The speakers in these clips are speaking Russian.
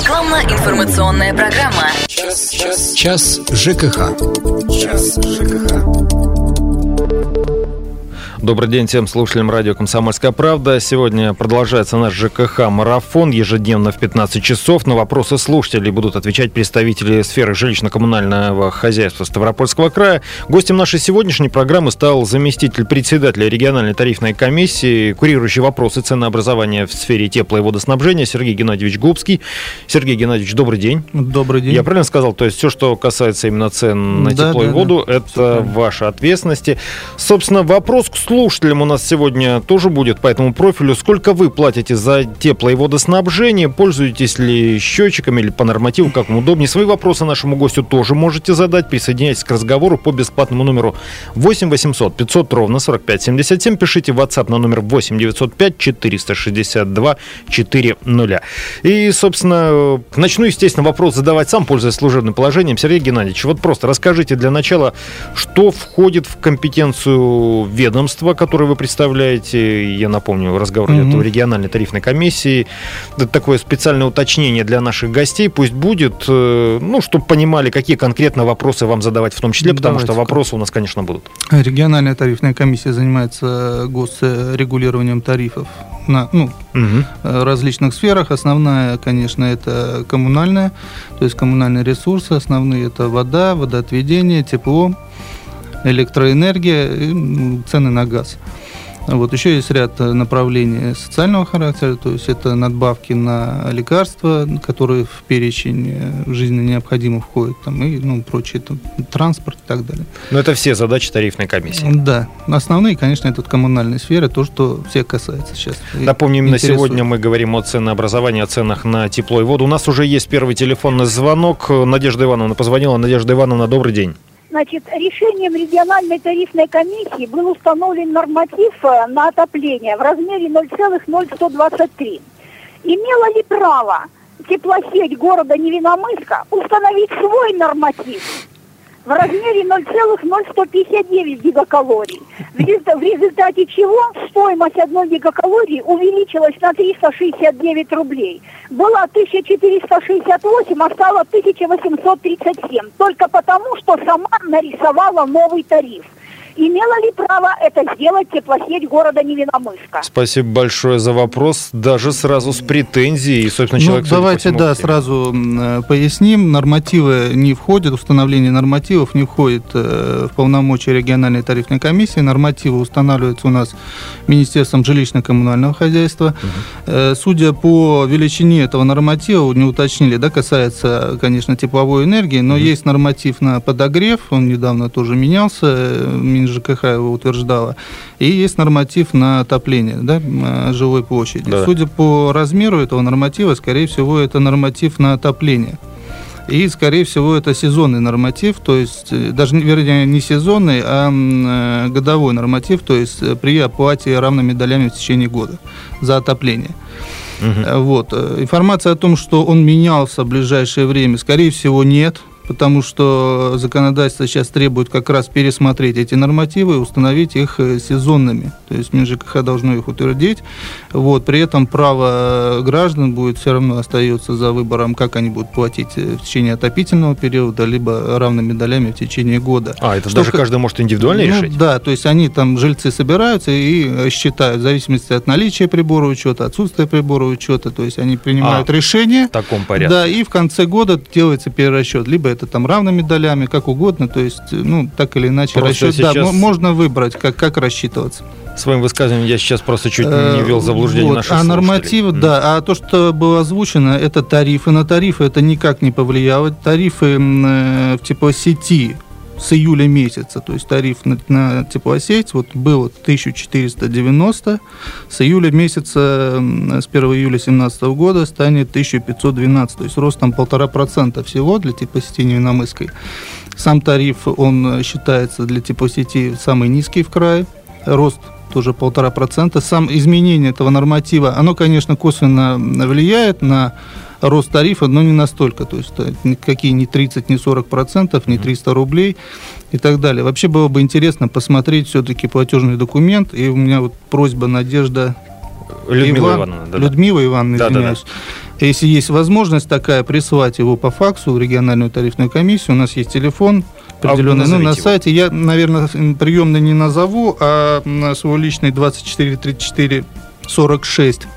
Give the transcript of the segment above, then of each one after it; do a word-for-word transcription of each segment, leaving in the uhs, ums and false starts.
Рекламно-информационная программа. Час, час, час ЖКХ. Час ЖКХ. Добрый день всем слушателям радио «Комсомольская правда». Сегодня продолжается наш ЖКХ-марафон ежедневно в пятнадцать часов. На вопросы слушателей будут отвечать представители сферы жилищно-коммунального хозяйства Ставропольского края. Гостем нашей сегодняшней программы стал заместитель председателя региональной тарифной комиссии, курирующий вопросы ценообразования в сфере тепло- и водоснабжения Сергей Геннадьевич Губский. Сергей Геннадьевич, добрый день. Добрый день. Я правильно сказал? То есть все, что касается именно цен на да, тепло да, и воду, да. это в вашей ответственности. Собственно, вопрос к слушателям у нас сегодня тоже будет по этому профилю. Сколько вы платите за тепло- и водоснабжение? Пользуетесь ли счетчиками или по нормативу, как вам удобнее? Свои вопросы нашему гостю тоже можете задать. Присоединяйтесь к разговору по бесплатному номеру восемь восемьсот пятьсот ровно сорок пять семьдесят семь. Пишите в WhatsApp на номер восемь девятьсот пять четыреста шестьдесят два четыреста. И, собственно, начну, естественно, вопрос задавать сам, пользуясь служебным положением. Сергей Геннадьевич, вот просто расскажите для начала, что входит в компетенцию ведомства, которое вы представляете. Я напомню, разговор идет mm-hmm. о региональной тарифной комиссии. Это такое специальное уточнение для наших гостей. Пусть будет, ну, чтобы понимали, какие конкретно вопросы вам задавать в том числе, потому Давайте что вопросы у нас, конечно, будут. Региональная тарифная комиссия занимается госрегулированием тарифов на ну, угу. различных сферах. Основная, конечно, это коммунальная, то есть коммунальные ресурсы. Основные это вода, водоотведение, тепло, электроэнергия и цены на газ. Вот. Еще есть ряд направлений социального характера, то есть это надбавки на лекарства, которые в перечень жизненно необходимо входят, там, и ну, прочее, там, транспорт и так далее. Но это все задачи тарифной комиссии. Да. Основные, конечно, это коммунальные сферы, то, что всех касается сейчас. Напомню, именно сегодня мы говорим о ценообразовании, о ценах на тепло и воду. У нас уже есть первый телефонный звонок. Надежда Ивановна позвонила. Надежда Ивановна, добрый день. Значит, решением региональной тарифной комиссии был установлен норматив на отопление в размере ноль целых ноль сто двадцать три. Имела ли право теплосеть города Невинномысска установить свой норматив в размере ноль целых ноль сто пятьдесят девять гигакалорий, в результате чего стоимость одной гигакалории увеличилась на триста шестьдесят девять рублей. Была тысяча четыреста шестьдесят восемь, а стала тысяча восемьсот тридцать семь. Только потому, что сама нарисовала новый тариф. Имела ли право это сделать теплосеть города Невинномысска? Спасибо большое за вопрос. Даже сразу с претензией. И, собственно, человек, ну, давайте, да, сразу э, поясним. Нормативы не входят, установление нормативов не входит э, в полномочия региональной тарифной комиссии. Нормативы устанавливаются у нас Министерством жилищно-коммунального хозяйства. Угу. Э, судя по величине этого норматива, не уточнили, да, касается, конечно, тепловой энергии, но угу. есть норматив на подогрев, он недавно тоже менялся, ЖКХ его утверждала, и есть норматив на отопление, да, жилой площади. Да. Судя по размеру этого норматива, скорее всего, это норматив на отопление. И, скорее всего, это сезонный норматив, то есть, даже, вернее, не сезонный, а годовой норматив, то есть при оплате равными долями в течение года за отопление. Угу. Вот. Информация о том, что он менялся в ближайшее время, скорее всего, нет, потому что законодательство сейчас требует как раз пересмотреть эти нормативы и установить их сезонными. То есть МинЖКХ должно их утвердить. Вот. При этом право граждан будет все равно остается за выбором, как они будут платить в течение отопительного периода, либо равными долями в течение года. А, это что даже х... каждый может индивидуально ну, решить? Да, то есть они там, жильцы, собираются и считают в зависимости от наличия прибора учета, отсутствия прибора учета, то есть они принимают а, решение. В таком порядке. Да, и в конце года делается перерасчет. Либо это там равными долями, как угодно, то есть, ну, так или иначе, просто расчет, сейчас... да, можно выбрать, как, как рассчитываться. Своим высказыванием я сейчас просто чуть не ввел в заблуждение вот. наших а слушателей. Нормативы, mm. да, а то, что было озвучено, это тарифы. На тарифы это никак не повлияло. Тарифы в теплосети с июля месяца, то есть тариф на, на теплосеть вот был тысяча четыреста девяносто, с июля месяца, с первого июля две тысячи семнадцатого года станет тысяча пятьсот двенадцать, то есть ростом полтора процента всего для теплосети Невинномысской. Сам тариф, он считается для теплосети самый низкий в крае, рост тоже полтора процента. Сам изменение этого норматива, оно, конечно, косвенно влияет на рост тарифа, но не настолько, то есть никакие не тридцать, не сорок процентов, не триста рублей и так далее. Вообще было бы интересно посмотреть все-таки платежный документ, и у меня вот просьба, Надежда Людмила Иван... Ивановна, да, Людмила Ивановна, да, извиняюсь. да, да. Если есть возможность такая, присылать его по факсу в региональную тарифную комиссию. У нас есть телефон определенный, а ну, на сайте. Я, наверное, приемный не назову, а свой личный двадцать четыре тридцать четыре сорок шесть.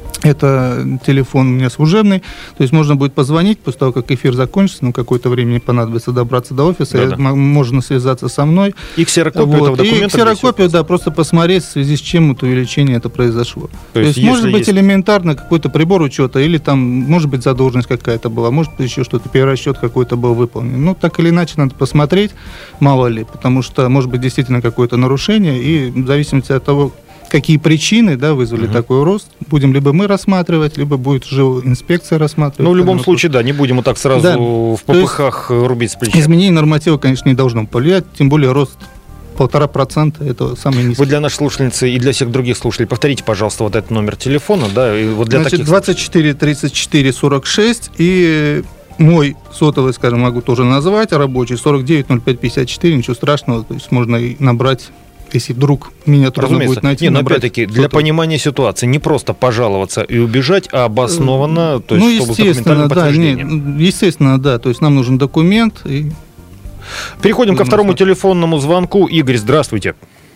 Это телефон у меня служебный, то есть можно будет позвонить после того, как эфир закончится, ну, какое-то время понадобится добраться до офиса, да, да. можно связаться со мной. И ксерокопию вот. этого документа. И ксерокопию, да, просто посмотреть, в связи с чем вот увеличение это произошло. То, то есть, есть может быть есть... элементарно какой-то прибор учета, или там, может быть, задолженность какая-то была, может быть, еще что-то, перерасчет какой-то был выполнен. Ну, так или иначе, надо посмотреть, мало ли, потому что, может быть, действительно какое-то нарушение, и в зависимости от того, какие причины, да, вызвали угу. такой рост, будем либо мы рассматривать, либо будет уже инспекция рассматривать. Ну, в любом случае, да, не будем вот так сразу да. в попыхах рубить с плеча. Изменение норматива, конечно, не должно повлиять, тем более рост полтора процента, это самый низкий. Вы для нашей слушательницы и для всех других слушателей повторите, пожалуйста, вот этот номер телефона, да, и вот для Значит, таких... двадцать четыре тридцать четыре сорок шесть, и мой сотовый, скажем, могу тоже назвать, рабочий, сорок девять ноль пять пятьдесят четыре, ничего страшного, то есть можно и набрать. Если вдруг меня трудно будет найти. Нет, но опять-таки, для понимания ситуации не просто пожаловаться и убежать, а обоснованно, то есть, ну, чтобы с документальным да, подтверждением. Нет, естественно, да, то есть нам нужен документ. И... Переходим ко второму телефонному звонку. Игорь, здравствуйте.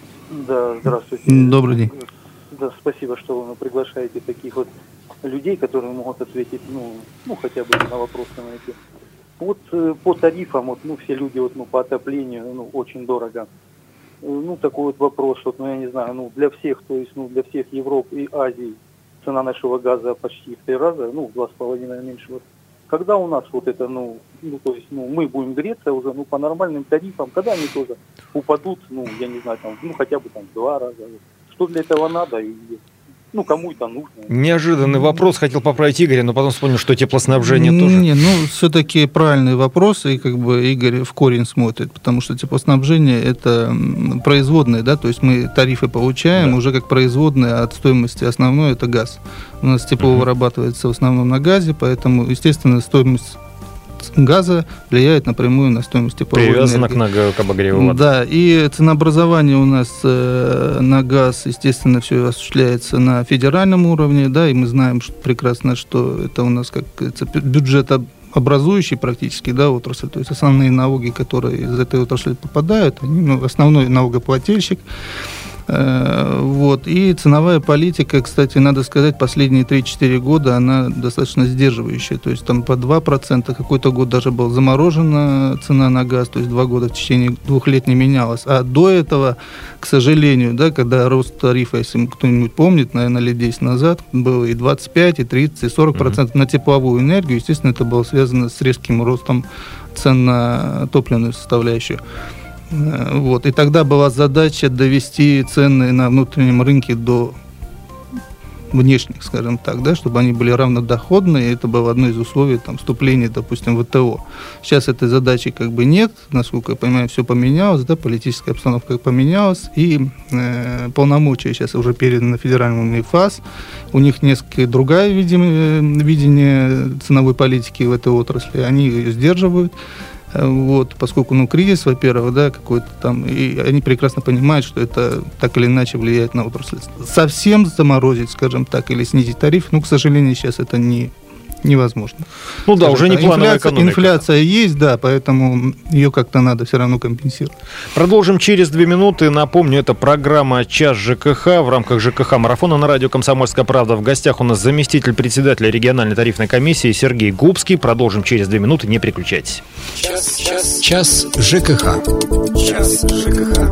Да, здравствуйте. Добрый день. Да, спасибо, что вы приглашаете таких вот людей, которые могут ответить, ну, ну хотя бы на вопросы на эти. Вот по тарифам, вот, ну, все люди, вот, ну, по отоплению, ну, очень дорого. Ну, такой вот вопрос, вот, ну, я не знаю, ну, для всех, то есть, ну, для всех Европы и Азии цена нашего газа почти в три раза, ну, в два с половиной меньше. Вот. Когда у нас вот это, ну, ну, то есть, ну, мы будем греться уже, ну, по нормальным тарифам, когда они тоже упадут, ну, я не знаю, там, ну, хотя бы там в два раза. Что для этого надо и... Ну, кому это нужно. Неожиданный вопрос, хотел поправить Игоря, но потом вспомнил, что теплоснабжение не, тоже. Не, ну, все-таки правильный вопрос, и как бы Игорь в корень смотрит, потому что теплоснабжение – это производные, да, то есть мы тарифы получаем да. уже как производные от стоимости основной – это газ. У нас тепло uh-huh. вырабатывается в основном на газе, поэтому, естественно, стоимость газа влияет напрямую на стоимость тепловой Привязано энергии. к обогреву воды. Да, и ценообразование у нас э, на газ, естественно, все осуществляется на федеральном уровне, да, и мы знаем что, прекрасно, что это у нас как это бюджетообразующий практически, да, отрасль, то есть основные налоги, которые из этой отрасли попадают, они, ну, основной налогоплательщик. Вот. И ценовая политика, кстати, надо сказать, последние три-четыре года она достаточно сдерживающая. То есть там по два процента, какой-то год даже был заморожена цена на газ, то есть два года в течение двух лет не менялась. А до этого, к сожалению, да, когда рост тарифа, если кто-нибудь помнит, наверное, лет десять назад, было и двадцать пять, и тридцать, и сорок процентов mm-hmm. на тепловую энергию. Естественно, это было связано с резким ростом цен на топливную составляющую. Вот. И тогда была задача довести цены на внутреннем рынке до внешних, скажем так, да, чтобы они были равнодоходные. Это было одно из условий там, вступления, допустим, в ВТО. Сейчас этой задачи как бы нет, насколько я понимаю, все поменялось, да, политическая обстановка поменялась, и э, полномочия сейчас уже переданы на федеральный уровень ФАС. У них несколько другая видение, видение ценовой политики в этой отрасли, они ее сдерживают. Вот, поскольку, ну, кризис, во-первых, да, какой-то там, и они прекрасно понимают, что это так или иначе влияет на отрасль. Совсем заморозить, скажем так, или снизить тариф, ну, к сожалению, сейчас это не, невозможно. Ну да, уже не плановая инфляция, экономика. Инфляция есть, да, поэтому ее как-то надо все равно компенсировать. Продолжим через две минуты. Напомню, это программа «Час ЖКХ» в рамках ЖКХ-марафона на радио «Комсомольская правда». В гостях у нас заместитель председателя региональной тарифной комиссии Сергей Губский. Продолжим через две минуты, не переключайтесь. Час, час, час ЖКХ. Час ЖКХ.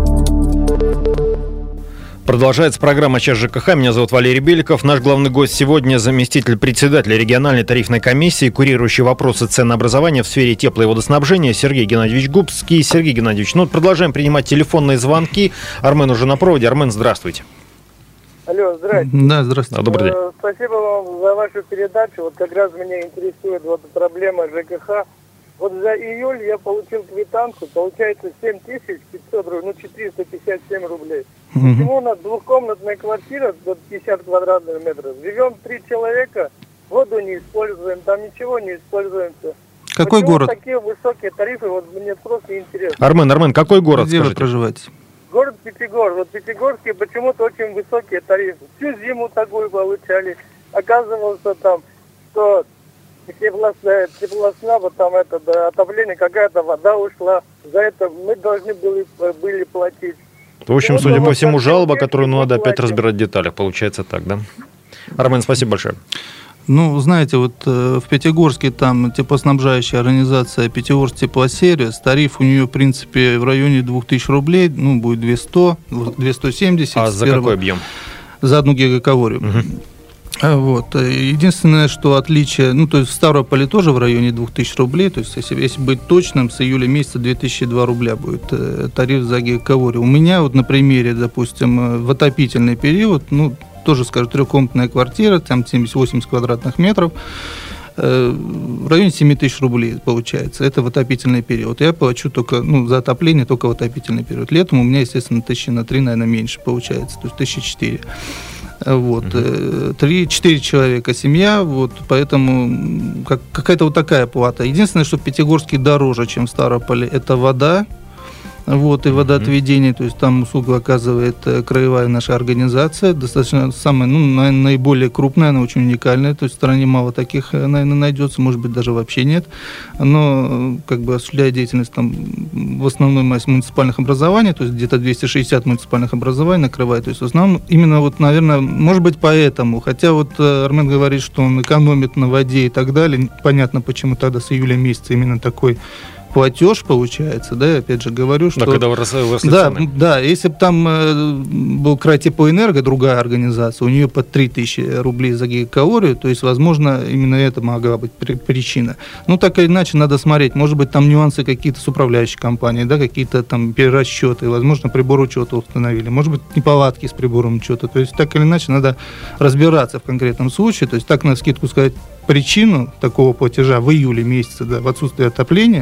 Продолжается программа «Час ЖКХ». Меня зовут Валерий Беликов. Наш главный гость сегодня заместитель председателя региональной тарифной комиссии, курирующий вопросы ценообразования в сфере тепло- и водоснабжения Сергей Геннадьевич Губский. Сергей Геннадьевич, ну продолжаем принимать телефонные звонки. Армен уже на проводе. Армен, здравствуйте. Алло, здравствуйте. Да, здравствуйте. Добрый день. Э, спасибо вам за вашу передачу. Вот как раз меня интересует вот проблема ЖКХ. Вот за июль я получил квитанцию, получается семь тысяч пятьсот рублей, ну четыреста пятьдесят семь рублей. Угу. Почему у нас двухкомнатная квартира, пятьдесят квадратных метров, живем три человека, воду не используем, там ничего не используется. Какой Почему город? такие высокие тарифы, вот мне просто интересно. Армен, Армен, какой город, Где скажите? вы проживаете? Город Пятигорск. Вот Пятигорске почему-то очень высокие тарифы. Всю зиму такую получали. Оказывался там что теплосна, теплосна вот там это да, отопление, какая-то вода ушла. За это мы должны были, были платить. В общем, вот, судя вот, по всему, вот, жалоба, вот, которую ну, надо опять платим. разбирать в деталях. Получается так, да? Армен, спасибо большое. Ну, знаете, вот э, в Пятигорске там теплоснабжающая организация Пятигорск Теплосервис, тариф у нее, в принципе, в районе двух тысяч рублей, ну, будет двести, двести семьдесят. А за первого, какой объем? За одну гигакалорию. Угу. Вот. Единственное, что отличие, ну, то есть в Ставрополе тоже в районе двух тысяч рублей, то есть если, если быть точным, с июля месяца две тысячи два рубля будет э, тариф за гигакалорию. У меня вот на примере, допустим, в отопительный период, ну, тоже, скажу, трехкомнатная квартира, там семьдесят-восемьдесят квадратных метров, э, в районе семь тысяч рублей получается. Это в отопительный период. Я плачу только, ну, за отопление только в отопительный период. Летом у меня, естественно, тысячи на три, наверное, меньше получается, то есть тысяча четыре. Вот. три-четыре человека семья, вот, поэтому как, какая-то вот такая плата. Единственное, что в Пятигорске дороже, чем в Ставрополе, это вода. Вот, и водоотведение, то есть там услугу оказывает краевая наша организация, достаточно самая, ну, наиболее крупная, она очень уникальная, то есть в стране мало таких, наверное, найдется, может быть, даже вообще нет, но как бы осуществляет деятельность там в основной массе муниципальных образований, то есть где-то двести шестьдесят муниципальных образований накрывает, то есть в основном именно вот, наверное, может быть, поэтому, хотя вот Армен говорит, что он экономит на воде и так далее, понятно, почему тогда с июля месяца именно такой платеж получается, да, я опять же говорю, что... Да, когда выросли, выросли да, цены. Да, если бы там э, был край теплоэнерго, другая организация, у нее по три тысячи рублей за гигакалорию, то есть, возможно, именно это могла быть при- причина. Ну, так или иначе, надо смотреть, может быть, там нюансы какие-то с управляющей компанией, да, какие-то там перерасчеты, возможно, прибор учета установили, может быть, неполадки с прибором учета, то есть, так или иначе, надо разбираться в конкретном случае, то есть, так, на скидку сказать, причину такого платежа в июле месяце, да, в отсутствии отопления,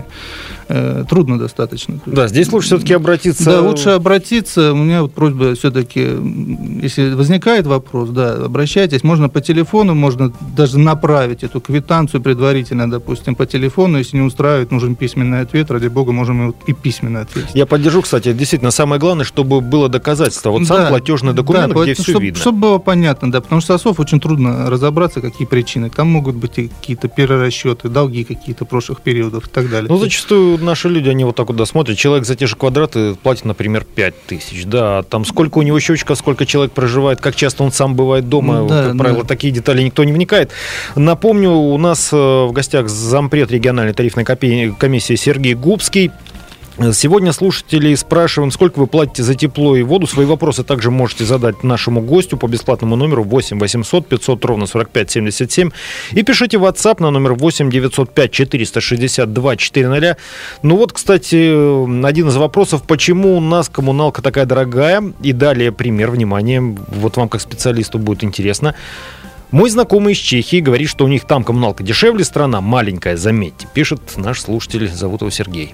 э, трудно достаточно. Да, здесь лучше все-таки обратиться... Да, лучше обратиться. У меня вот просьба все-таки, если возникает вопрос, да, обращайтесь. Можно по телефону, можно даже направить эту квитанцию предварительно, допустим, по телефону. Если не устраивает, нужен письменный ответ. Ради бога, можем и письменный ответ. Я поддержу, кстати, действительно, самое главное, чтобы было доказательство. Вот сам да, платежный документ, да, где все чтобы, видно. Чтобы было понятно, да, потому что СОСов очень трудно разобраться, какие причины. Там могут быть и какие-то перерасчеты, долги какие-то прошлых периодов и так далее. Ну, зачастую наши люди, они вот так вот досмотрят. Человек за те же квадраты платит, например, пять тысяч. Да, там сколько у него счетчиков, сколько человек проживает, как часто он сам бывает дома. Да, как правило, да. Такие детали никто не вникает. Напомню, у нас в гостях зампред региональной тарифной комиссии Сергей Губский. Сегодня слушатели спрашиваем, сколько вы платите за тепло и воду. Свои вопросы также можете задать нашему гостю по бесплатному номеру восемь восемьсот пятьсот ровно сорок пять семьдесят семь. И пишите в WhatsApp на номер восемь девятьсот пять четыреста шестьдесят два четыреста. Ну вот, кстати, один из вопросов, почему у нас коммуналка такая дорогая. И далее пример, внимание, вот вам как специалисту будет интересно. Мой знакомый из Чехии говорит, что у них там коммуналка дешевле, страна маленькая, заметьте, пишет наш слушатель, зовут его Сергей.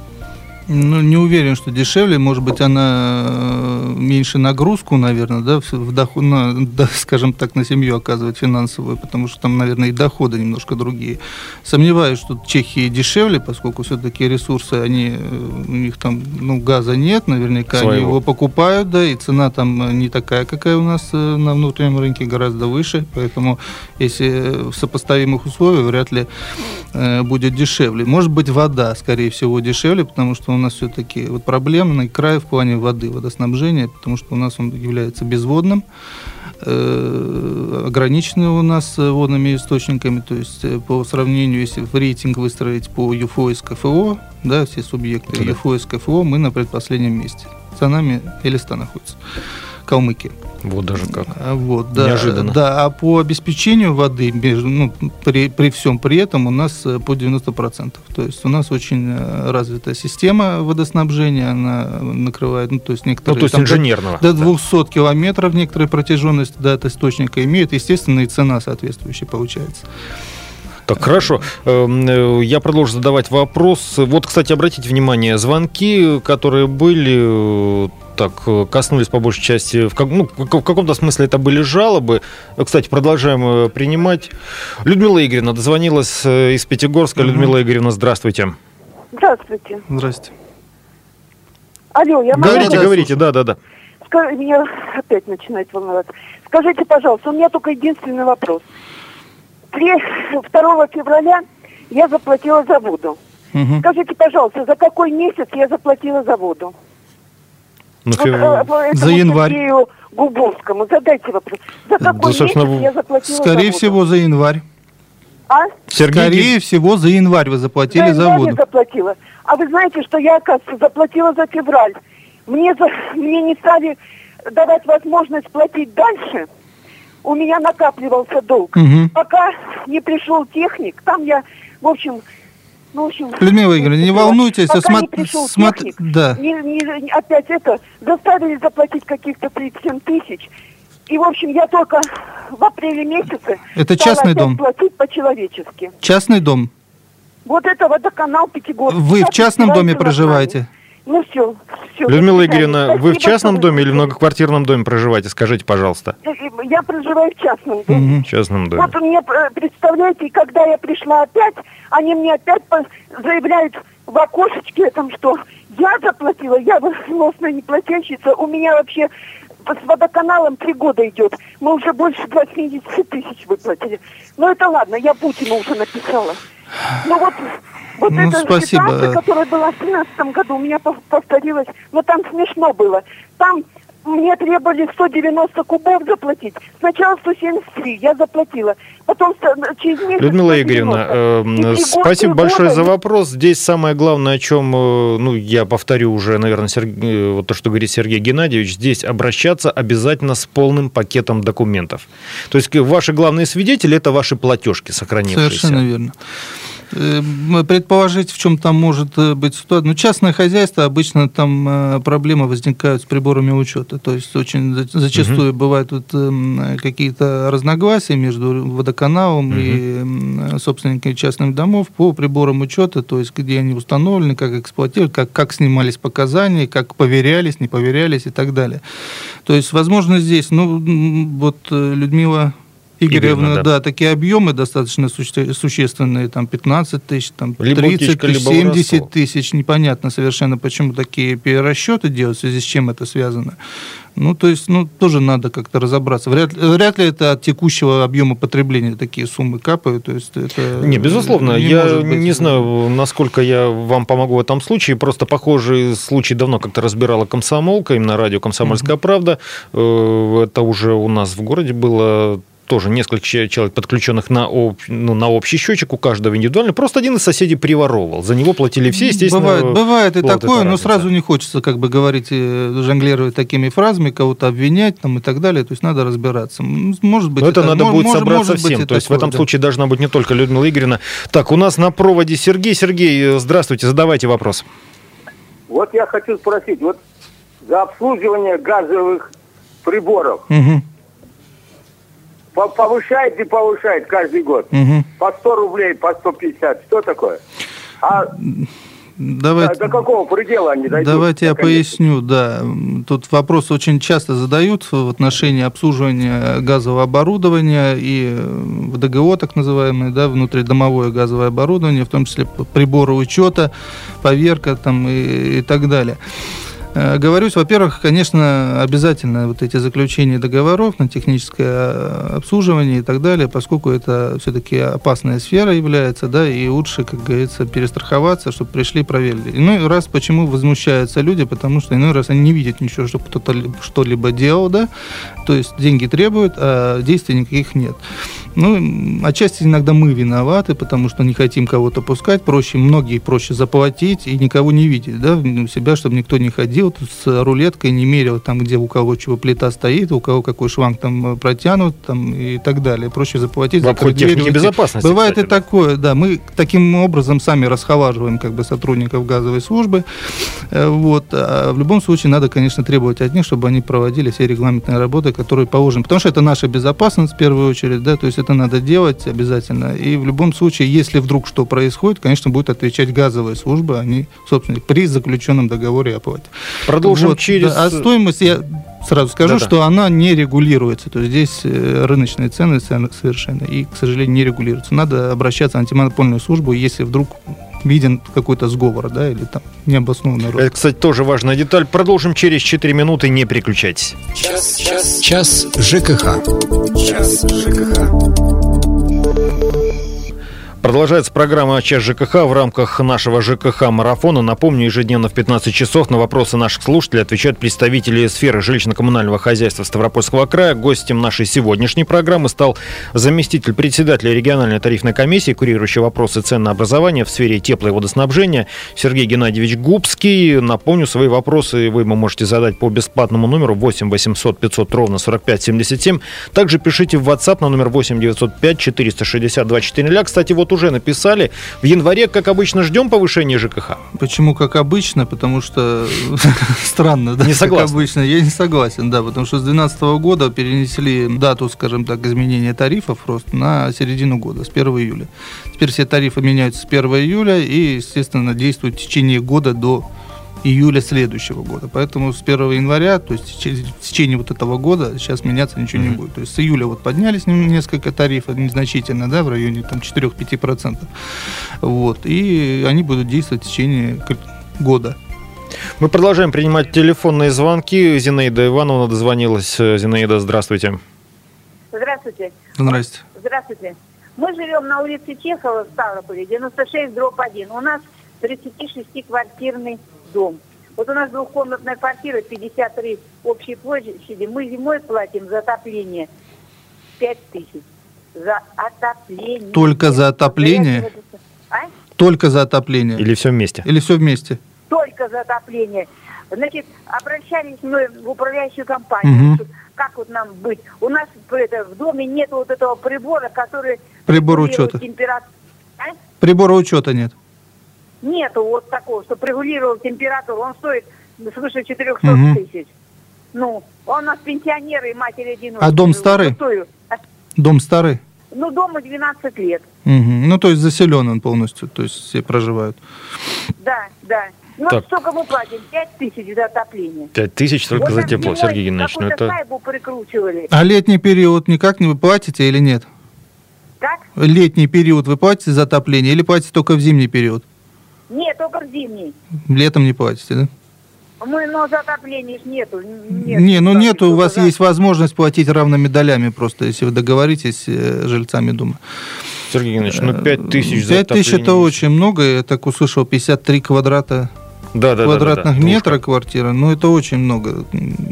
Ну, не уверен, что дешевле. Может быть, она меньше нагрузку, наверное, да, в доход, на, да, скажем так, на семью оказывает финансовую, потому что там, наверное, и доходы немножко другие. Сомневаюсь, что Чехия дешевле, поскольку все-таки ресурсы, они, у них там, ну, газа нет, наверняка Своего. Они его покупают, да, и цена там не такая, какая у нас на внутреннем рынке, гораздо выше, поэтому если в сопоставимых условиях, вряд ли э, будет дешевле. Может быть, вода, скорее всего, дешевле, потому что у нас все-таки вот проблемный край в плане воды, водоснабжения, потому что у нас он является безводным, э, ограниченный у нас водными источниками, то есть по сравнению, если в рейтинг выстроить по ЮФО и СКФО, да, все субъекты да. ЮФО и СКФО, мы на предпоследнем месте. За нами Элиста находится, Калмыкия. Вот даже как. Вот, да, неожиданно. Да, а по обеспечению воды, ну, при, при всем при этом у нас по девяносто процентов. То есть у нас очень развитая система водоснабжения, она накрывает, ну, то есть некоторые... Ну, то есть там, инженерного. До, до двухсот километров некоторые протяженность да, от источника имеют, естественно, и цена соответствующая получается. Так, хорошо. Я продолжу задавать вопрос. Вот, кстати, обратите внимание, звонки, которые были... Так, коснулись по большей части, в, как, ну, в каком-то смысле это были жалобы. Кстати, продолжаем принимать. Людмила Игоревна дозвонилась из Пятигорска. Mm-hmm. Людмила Игоревна, здравствуйте. Здравствуйте. Здравствуйте. Алло, я могу... Говорите, говорите, да-да-да. Меня опять начинает волновать. Скажите, пожалуйста, у меня только единственный вопрос. второго февраля я заплатила за воду. Угу. Скажите, пожалуйста, за какой месяц я заплатила за воду? Ну, вот, э, за январь. Сергею Губовскому задайте вопрос. За какой да, месяц я заплатила скорее за воду? всего, за январь. А? Сергей... Скорее всего, за январь вы заплатили за, за воду. Я заплатила. А вы знаете, что я, оказывается, заплатила за февраль. Мне, за... Мне не стали давать возможность платить дальше. У меня накапливался долг. Угу. Пока не пришел техник, там я, в общем... Ну, в общем, Людмила Игоревна, не волнуйтесь, пока смо... не пришел смо... техник, да. не, не, опять это, заставили заплатить каких-то тридцать семь тысяч. И, в общем, я только в апреле месяце это стала частный опять дом? Платить по-человечески. Частный дом? Вот это водоканал Пятигорск. Вы в частном доме проживаете? Ну все, все. Людмила Игоревна, вы в частном доме или в многоквартирном доме проживаете? Скажите, пожалуйста. Я проживаю в частном доме. В частном доме. Вот мне, представляете, когда я пришла опять, они мне опять заявляют в окошечке, там, что я заплатила, я сносная неплательщица, у меня вообще с водоканалом три года идет. Мы уже больше восемьдесят тысяч выплатили. Но это ладно, я Путину уже написала. Ну вот... Вот ну, эта спасибо. ситуация, которая была в две тысячи семнадцатом году, у меня повторилась, но там смешно было. Там мне требовали сто девяносто кубов заплатить. Сначала сто семьдесят три, я заплатила. Потом через месяц... Людмила Игоревна, э, спасибо большое года. за вопрос. Здесь самое главное, о чем, ну, я повторю уже, наверное, Сергей, вот то, что говорит Сергей Геннадьевич, здесь обращаться обязательно с полным пакетом документов. То есть ваши главные свидетели – это ваши платежки сохранившиеся. Совершенно верно. Предположить, в чем там может быть ситуация. Ну, частное хозяйство, обычно там проблемы возникают с приборами учета. То есть очень зачастую угу. бывают вот какие-то разногласия между водоканалом угу. и собственниками частных домов по приборам учета, то есть где они установлены, как эксплуатируют, как, как снимались показания, как поверялись, не поверялись и так далее. То есть, возможно, здесь, ну, вот Людмила Игоревна, да. да, такие объемы достаточно суще- существенные, там пятнадцать тысяч, там тридцать тысяч, семьдесят тысяч, непонятно совершенно, почему такие перерасчеты делают, в связи с чем это связано. Ну, то есть, ну, тоже надо как-то разобраться. Вряд, вряд ли это от текущего объема потребления такие суммы капают. То есть это не, безусловно. Не я не знаю, насколько я вам помогу в этом случае. Просто похожий случай давно как-то разбирала «Комсомолка», именно радио «Комсомольская mm-hmm. правда». Это уже у нас в городе было... тоже несколько человек, подключенных на, об, ну, на общий счетчик, у каждого индивидуально. Просто один из соседей приворовывал. За него платили все, естественно. Бывает, бывает и такое, но сразу не хочется, как бы говорить, жонглировать такими фразами, кого-то обвинять там, и так далее. То есть надо разбираться. Может быть, но это, это надо может, будет собраться может всем. Быть, То есть такое, в этом да. случае должна быть не только Людмила Игоревна. Так, у нас на проводе Сергей. Сергей, здравствуйте, задавайте вопрос. Вот я хочу спросить, вот за обслуживание газовых приборов, угу. повышает и повышает каждый год. Угу. По сто рублей, по сто пятьдесят. Что такое? А давайте, до, до какого предела они дойдут? Давайте я поясню, да. Тут вопрос очень часто задают в отношении обслуживания газового оборудования и в ДГО, так называемое, да, внутридомовое газовое оборудование, в том числе приборы учета, поверка там, и, и так далее. Говорюсь, во-первых, конечно, обязательно вот эти заключения договоров на техническое обслуживание и так далее, поскольку это все-таки опасная сфера является, да, и лучше, как говорится, перестраховаться, чтобы пришли, проверили. Иной раз почему возмущаются люди, потому что иной раз они не видят ничего, чтобы кто-то что-либо делал, да, то есть деньги требуют, а действий никаких нет. Ну, отчасти иногда мы виноваты, потому что не хотим кого-то пускать, проще, многие проще заплатить и никого не видеть, да, у себя, чтобы никто не ходил с рулеткой, не мерил там, где у кого чего плита стоит, у кого какой шланг там протянут там, и так далее. Проще заплатить. В обход техники безопасности. Бывает кстати, и такое, да. Мы таким образом сами расхолаживаем как бы сотрудников газовой службы. Вот. А в любом случае надо, конечно, требовать от них, чтобы они проводили все регламентные работы, которые положены. Потому что это наша безопасность в первую очередь, да, то есть это надо делать обязательно. И в любом случае, если вдруг что происходит, конечно, будет отвечать газовая служба, они, собственно, при заключенном договоре оплате. Продолжим вот, через... Да, а стоимость, я сразу скажу, Да-да. что она не регулируется. То есть здесь рыночные цены совершенно, и, к сожалению, не регулируются. Надо обращаться в антимонопольную службу, если вдруг виден какой-то сговор, да, или там необоснованный рост. Это, кстати, тоже важная деталь. Продолжим через четыре минуты, не переключайтесь. Час, час, час ЖКХ. Час ЖКХ. Продолжается программа «Час ЖКХ» в рамках нашего ЖКХ-марафона. Напомню, ежедневно в пятнадцать часов на вопросы наших слушателей отвечают представители сферы жилищно-коммунального хозяйства Ставропольского края. Гостем нашей сегодняшней программы стал заместитель председателя региональной тарифной комиссии, курирующий вопросы ценообразования в сфере тепла- и водоснабжения Сергей Геннадьевич Губский. Напомню, свои вопросы вы ему можете задать по бесплатному номеру восемь восемьсот пятьсот ровно сорок пять семьдесят семь. Также пишите в WhatsApp на номер восемь девятьсот пять четыреста шестьдесят два четыре. Кстати, вот уже написали. В январе, как обычно, ждем повышения ЖКХ. Почему как обычно? Потому что странно, да? Не согласен. Как обычно. Я не согласен, да, потому что с две тысячи двенадцатого года перенесли дату, скажем так, изменения тарифов просто на середину года, с первого июля. Теперь все тарифы меняются с первого июля и, естественно, действуют в течение года до июля следующего года. Поэтому с первого января, то есть в течение вот этого года сейчас меняться ничего mm-hmm. не будет. То есть с июля вот поднялись несколько тарифов, незначительно, да, в районе там четыре-пять процентов. Вот. И они будут действовать в течение года. Мы продолжаем принимать телефонные звонки. Зинаида Ивановна дозвонилась. Зинаида, здравствуйте. Здравствуйте. Здравствуйте. Здравствуйте. Мы живем на улице Чехова в Ставрополе, девяносто шесть дробь один. У нас тридцатишестиквартирный дом. Вот у нас двухкомнатная квартира, пятьдесят три общей площади. Мы зимой платим за отопление пять тысяч. За отопление. Только за отопление? А? Только за отопление. Или все вместе? Или все вместе? Только за отопление. Значит, обращались мы в управляющую компанию. Угу. Как вот нам быть? У нас это, в доме нет вот этого прибора, который... Прибора учета. Температуру. А? Прибора учета нет. Нету вот такого, чтобы регулировал температуру. Он стоит свыше четыреста угу. тысяч. Ну, он у нас пенсионеры и матери-одиночки. А дом старый? А? Дом старый? Ну, дому двенадцать лет. Угу. Ну, то есть заселен он полностью, то есть все проживают. Да, да. Ну, так. Сколько мы платим? Пять тысяч за отопление. Пять тысяч только вот за тепло, Сергей Геннадьевич. Ну, это... шайбу прикручивали. А летний период никак не вы платите или нет? Как? Летний период вы платите за отопление или платите только в зимний период? Нет, только в зимний. Летом не платите, да? Мы, но за отопление ж нету. Нет, не, ну нету, у вас за... есть возможность платить равными долями просто, если вы договоритесь с э, жильцами дома. Сергей Геннадьевич, ну пять тысяч за отопление. пять тысяч это очень много, я так услышал, пятьдесят три квадрата, да, да, квадратных да, да, да. метра Двушка. квартира, ну это очень много.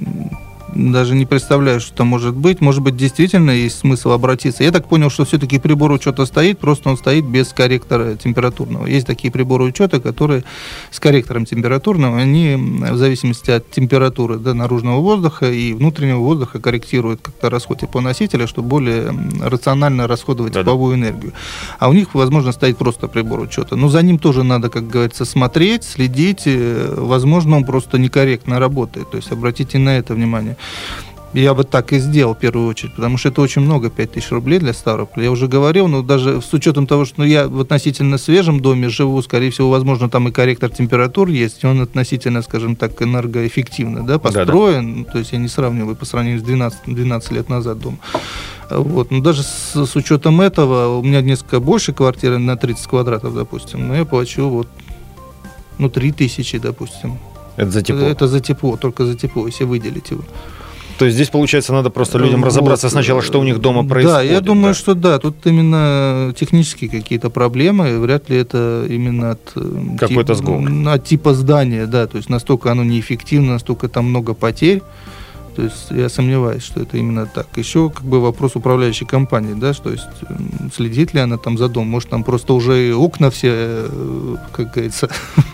Даже не представляю, что это может быть. Может быть, действительно есть смысл обратиться. Я так понял, что все-таки прибор учета стоит, просто он стоит без корректора температурного. Есть такие приборы учета, которые с корректором температурного, они в зависимости от температуры, да, наружного воздуха и внутреннего воздуха корректируют как-то расход теплоносителя, чтобы более рационально расходовать Да-да. тепловую энергию. А у них, возможно, стоит просто прибор учета. Но за ним тоже надо, как говорится, смотреть, следить. Возможно, он просто некорректно работает. То есть обратите на это внимание. Я бы так и сделал в первую очередь, потому что это очень много, пять тысяч рублей для Ставрополя. Я уже говорил, но даже с учетом того, что ну, я в относительно свежем доме живу, скорее всего, возможно, там и корректор температур есть, и он относительно, скажем так, энергоэффективно, да, построен. Да-да. То есть я не сравниваю по сравнению с двенадцать лет назад дом. Вот. Но даже с, с учетом этого, у меня несколько больше квартиры на тридцать квадратов, допустим, но я плачу вот, ну, три тысячи, допустим. Это за тепло? Это за тепло, только за тепло, если выделить его. То есть здесь, получается, надо просто людям вот. разобраться сначала, что у них дома происходит. Да, я думаю, да? что да, тут именно технические какие-то проблемы, вряд ли это именно от, какой-то тип, сговор. от типа здания, да, то есть настолько оно неэффективно, настолько там много потерь. То есть я сомневаюсь, что это именно так. Еще как бы вопрос управляющей компании, да, что есть следит ли она там за домом, может там просто уже окна все, как говорится,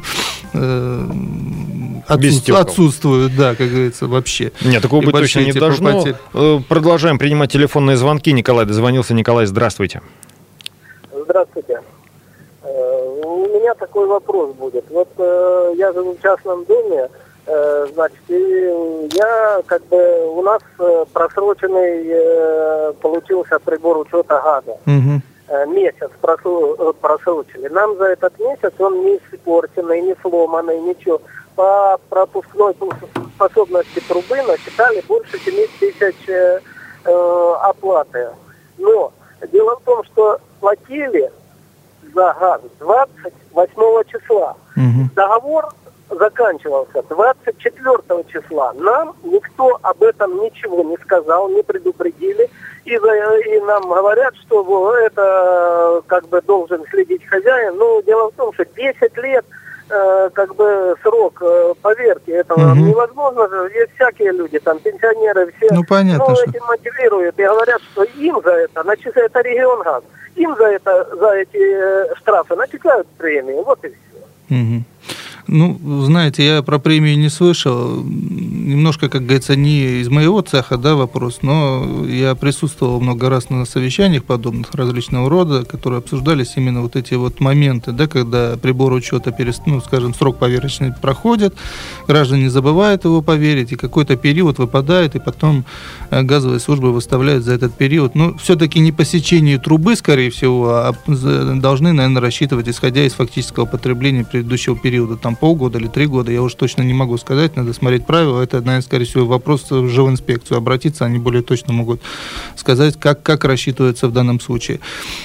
отсутствуют, отсутствуют, да, как говорится, вообще. Нет, такого быть точно не должно. Продолжаем принимать телефонные звонки. Николай дозвонился. Николай, здравствуйте. Здравствуйте. У меня такой вопрос будет. Вот я живу в частном доме, значит, и я как бы у нас просроченный получился прибор учета газа. Угу. Месяц просрочили. Нам за этот месяц он не испорченный, не сломанный, ничего. По пропускной способности трубы насчитали больше семь тысяч э, оплаты. Но дело в том, что платили за газ двадцать восьмого числа. Угу. Договор заканчивался двадцать четвёртого числа. Нам никто об этом ничего не сказал, не предупредили. и, и нам говорят, что это как бы должен следить хозяин. Но дело в том, что десять лет э, как бы срок э, поверки, это угу. невозможно же. Есть всякие люди, там пенсионеры, все. Ну, понятно, но что... этим мотивируют и говорят, что им за это, начисляют, это Регионгаз, им за это, за эти штрафы начисляют премии. Вот и все. Угу. Ну, знаете, я про премию не слышал. Немножко, как говорится, не из моего цеха, да, вопрос, но я присутствовал много раз на совещаниях подобных различного рода, которые обсуждались именно вот эти вот моменты, да, когда прибор учета, перест... ну, скажем, срок поверочный проходит, граждане забывают его поверить, и какой-то период выпадает, и потом газовые службы выставляют за этот период. Ну, все-таки не по сечению трубы, скорее всего, а должны, наверное, рассчитывать, исходя из фактического потребления предыдущего периода, там полгода или три года, я уж точно не могу сказать, надо смотреть правила. Это, наверное, скорее всего, вопрос в жилинспекцию обратиться, они более точно могут сказать, как, как рассчитывается в данном случае.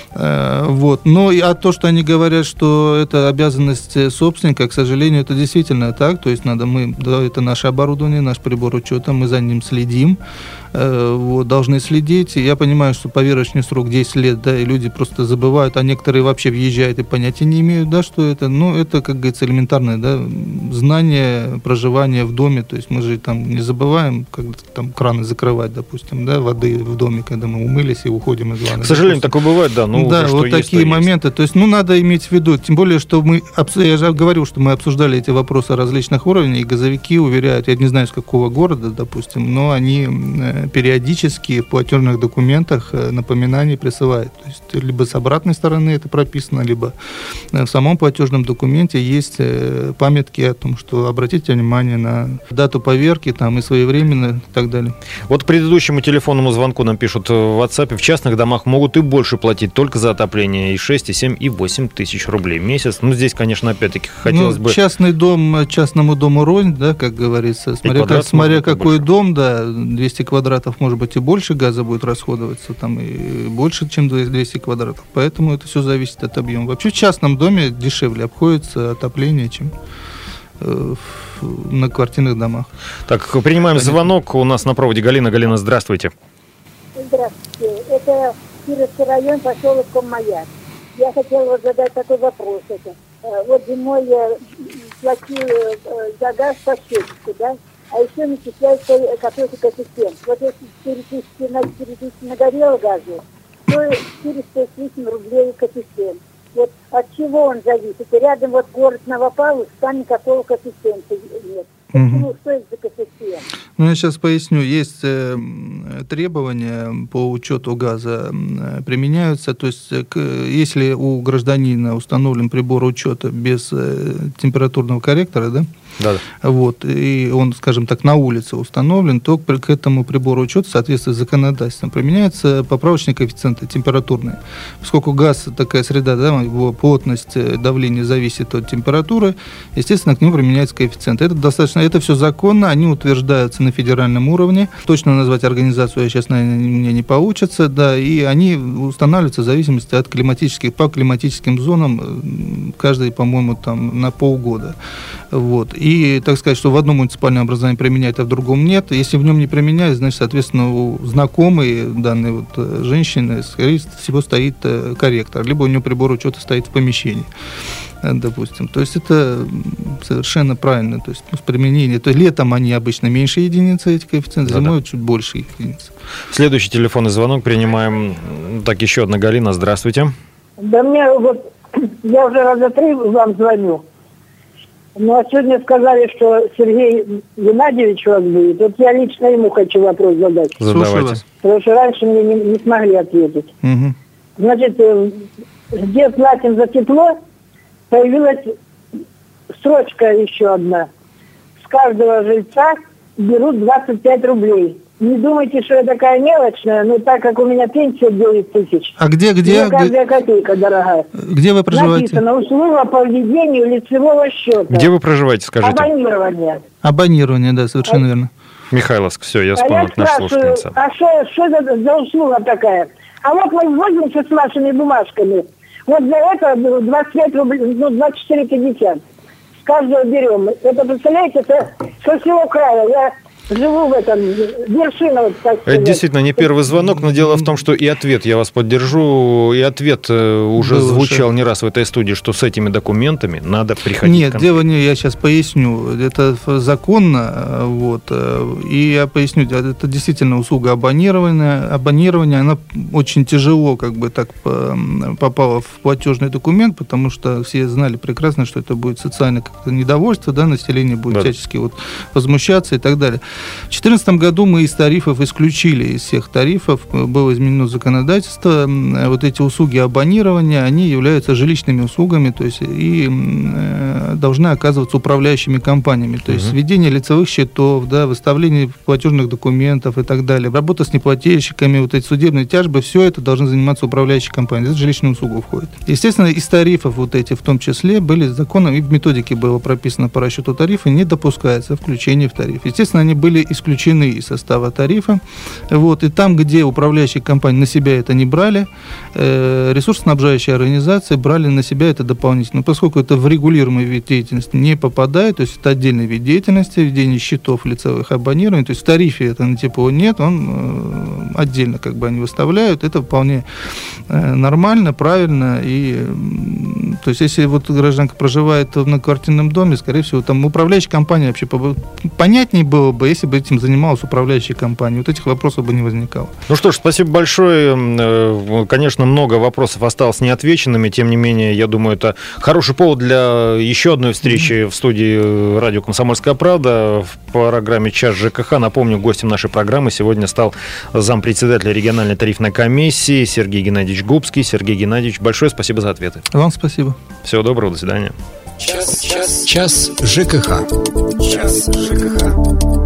Вот. Но а то, что они говорят, что это обязанность собственника, к сожалению, это действительно так, то есть надо мы, да, это наше оборудование, наш прибор учета, мы за ним следим, вот, должны следить. Я понимаю, что поверочный срок десять лет, да, и люди просто забывают, а некоторые вообще въезжают и понятия не имеют, да, что это. Ну, это, как говорится, элементарное, да, знание проживания в доме. То есть мы же там не забываем, когда там краны закрывать, допустим, да, воды в доме, когда мы умылись и уходим из ванны. К сожалению, допустим. Такое бывает, да. Ну, да, уже, вот что такие есть, моменты. Есть. То есть, ну, надо иметь в виду, тем более, что мы, я же говорил, что мы обсуждали эти вопросы различных уровней, и газовики уверяют, я не знаю, с какого города, допустим, но они периодически в платежных документах напоминания присылают. То есть либо с обратной стороны это прописано, либо в самом платежном документе есть памятки о том, что обратите внимание на дату поверки там, и своевременно и так далее. Вот к предыдущему телефонному звонку нам пишут в WhatsApp, в частных домах могут и больше платить только за отопление, и шесть, и семь, и восемь тысяч рублей в месяц. Ну, здесь, конечно, опять-таки хотелось ну, бы... Частный дом, частному дому рознь, да, как говорится. Смотря, как, смотря какой больше. Дом, да, двести квадратов, может быть, и больше газа будет расходоваться, там и больше, чем двести квадратов. Поэтому это все зависит от объема. Вообще в частном доме дешевле обходится отопление, чем э, на квартирных домах. Так, принимаем Понятно. Звонок. У нас на проводе Галина. Галина, здравствуйте. Здравствуйте. Это Кировский район, поселок Коммаяк. Я хотела вот задать такой вопрос. Это, вот зимой я платила за газ по счетчику, да? А еще начисляется какой-то коэффициент. Вот если четыре тысячи на четыре тысячи нагорело газу, то четыреста восемь рублей коэффициент. Вот от чего он зависит? И рядом вот город Новопавловск, там никакого коэффициента нет. Почему? Угу. Что это за коэффициент? Ну, я сейчас поясню. Есть э, требования по учету газа э, применяются. То есть, к, если у гражданина установлен прибор учета без э, температурного корректора, да, Да. Вот, и он, скажем так, на улице установлен, то к этому прибору учета, в соответствии с законодательством, применяются поправочные коэффициенты температурные. Поскольку газ такая среда, да, его плотность давления зависит от температуры, естественно, к нему применяется коэффициент. Это достаточно, это все законно, они утверждаются на федеральном уровне. Точно назвать организацию я сейчас, наверное, мне не получится, да, и они устанавливаются в зависимости от климатических, по климатическим зонам, каждый, по-моему, там на полгода. Вот. И, так сказать, что в одном муниципальном образовании применяют, а в другом нет. Если в нем не применяют, значит, соответственно, у знакомой данной вот женщины, скорее всего, стоит корректор, либо у нее прибор учета стоит в помещении, допустим. То есть это совершенно правильно. То есть применение. То есть летом они обычно меньше единицы, эти коэффициенты, зимой чуть больше единиц. Следующий телефонный звонок принимаем. Так, еще одна Галина. Здравствуйте. Да мне вот, я уже раза три вам звоню. Ну, а сегодня сказали, что Сергей Геннадьевич у вас будет. Вот я лично ему хочу вопрос задать. Задавайте. Потому что раньше мне не, не смогли ответить. Угу. Значит, где платим за тепло, появилась строчка еще одна. С каждого жильца берут двадцать пять рублей. Не думайте, что я такая мелочная, но так как у меня пенсия девять тысяч. А где, где? Мне каждая копейка дорогая. Где вы проживаете? Написано услуга по введению лицевого счета. Где вы проживаете, скажите? Абонирование. Абонирование, да, совершенно а... верно. Михайловск, все, я а вспомнил, я наша слушательница. А что, что за, за услуга такая? А вот мы возимся с вашими бумажками. Вот за это двадцать пять рублей, ну, двадцать четыре пятьдесят. С каждого берем. Это, представляете, это со всего края. Я живу в этом, вершина, вот, так сказать. Это действительно не первый звонок, но дело в том, что и ответ, я вас поддержу, и ответ уже Был звучал уже. не раз в этой студии, что с этими документами надо приходить. Нет, дело не, я сейчас поясню, это законно, вот, и я поясню, это действительно услуга абонирования, абонирования, она очень тяжело как бы так попала в платежный документ, потому что все знали прекрасно, что это будет социальное как-то недовольство, да, население будет да. всячески вот возмущаться и так далее. В две тысячи четырнадцатом году мы из тарифов исключили, из всех тарифов было изменено законодательство. Вот эти услуги абонирования, они являются жилищными услугами, то есть и должны оказываться управляющими компаниями. То есть угу. ведение лицевых счетов, да, выставление платежных документов и так далее, работа с неплательщиками, вот эти судебные тяжбы, все это должны заниматься управляющие компании. Это жилищную услугу входит. Естественно, из тарифов вот эти в том числе были законом, и в методике было прописано по расчету тарифа, не допускается включение в тариф. Естественно, они были исключены из состава тарифа. Вот. И там, где управляющие компании на себя это не брали, э, ресурсоснабжающие организации брали на себя это дополнительно. Но поскольку это в регулируемый вид деятельности не попадает, то есть это отдельный вид деятельности, ведение счетов лицевых абонирований, то есть в тарифе это на тепло нет, он э, отдельно как бы они выставляют, это вполне э, нормально, правильно. И, э, то есть если вот гражданка проживает в многоквартирном доме, скорее всего, там управляющая компания вообще понятнее было бы, если бы этим занималась управляющая компания. Вот этих вопросов бы не возникало. Ну что ж, спасибо большое. Конечно, много вопросов осталось неотвеченными. Тем не менее, я думаю, это хороший повод для еще одной встречи mm-hmm. в студии радио «Комсомольская правда» в программе «Час ЖКХ». Напомню, гостем нашей программы сегодня стал зампредседателя региональной тарифной комиссии Сергей Геннадьевич Губский. Сергей Геннадьевич, большое спасибо за ответы. Вам спасибо. Всего доброго, до свидания. Час, час, час ЖКХ. Час ЖКХ.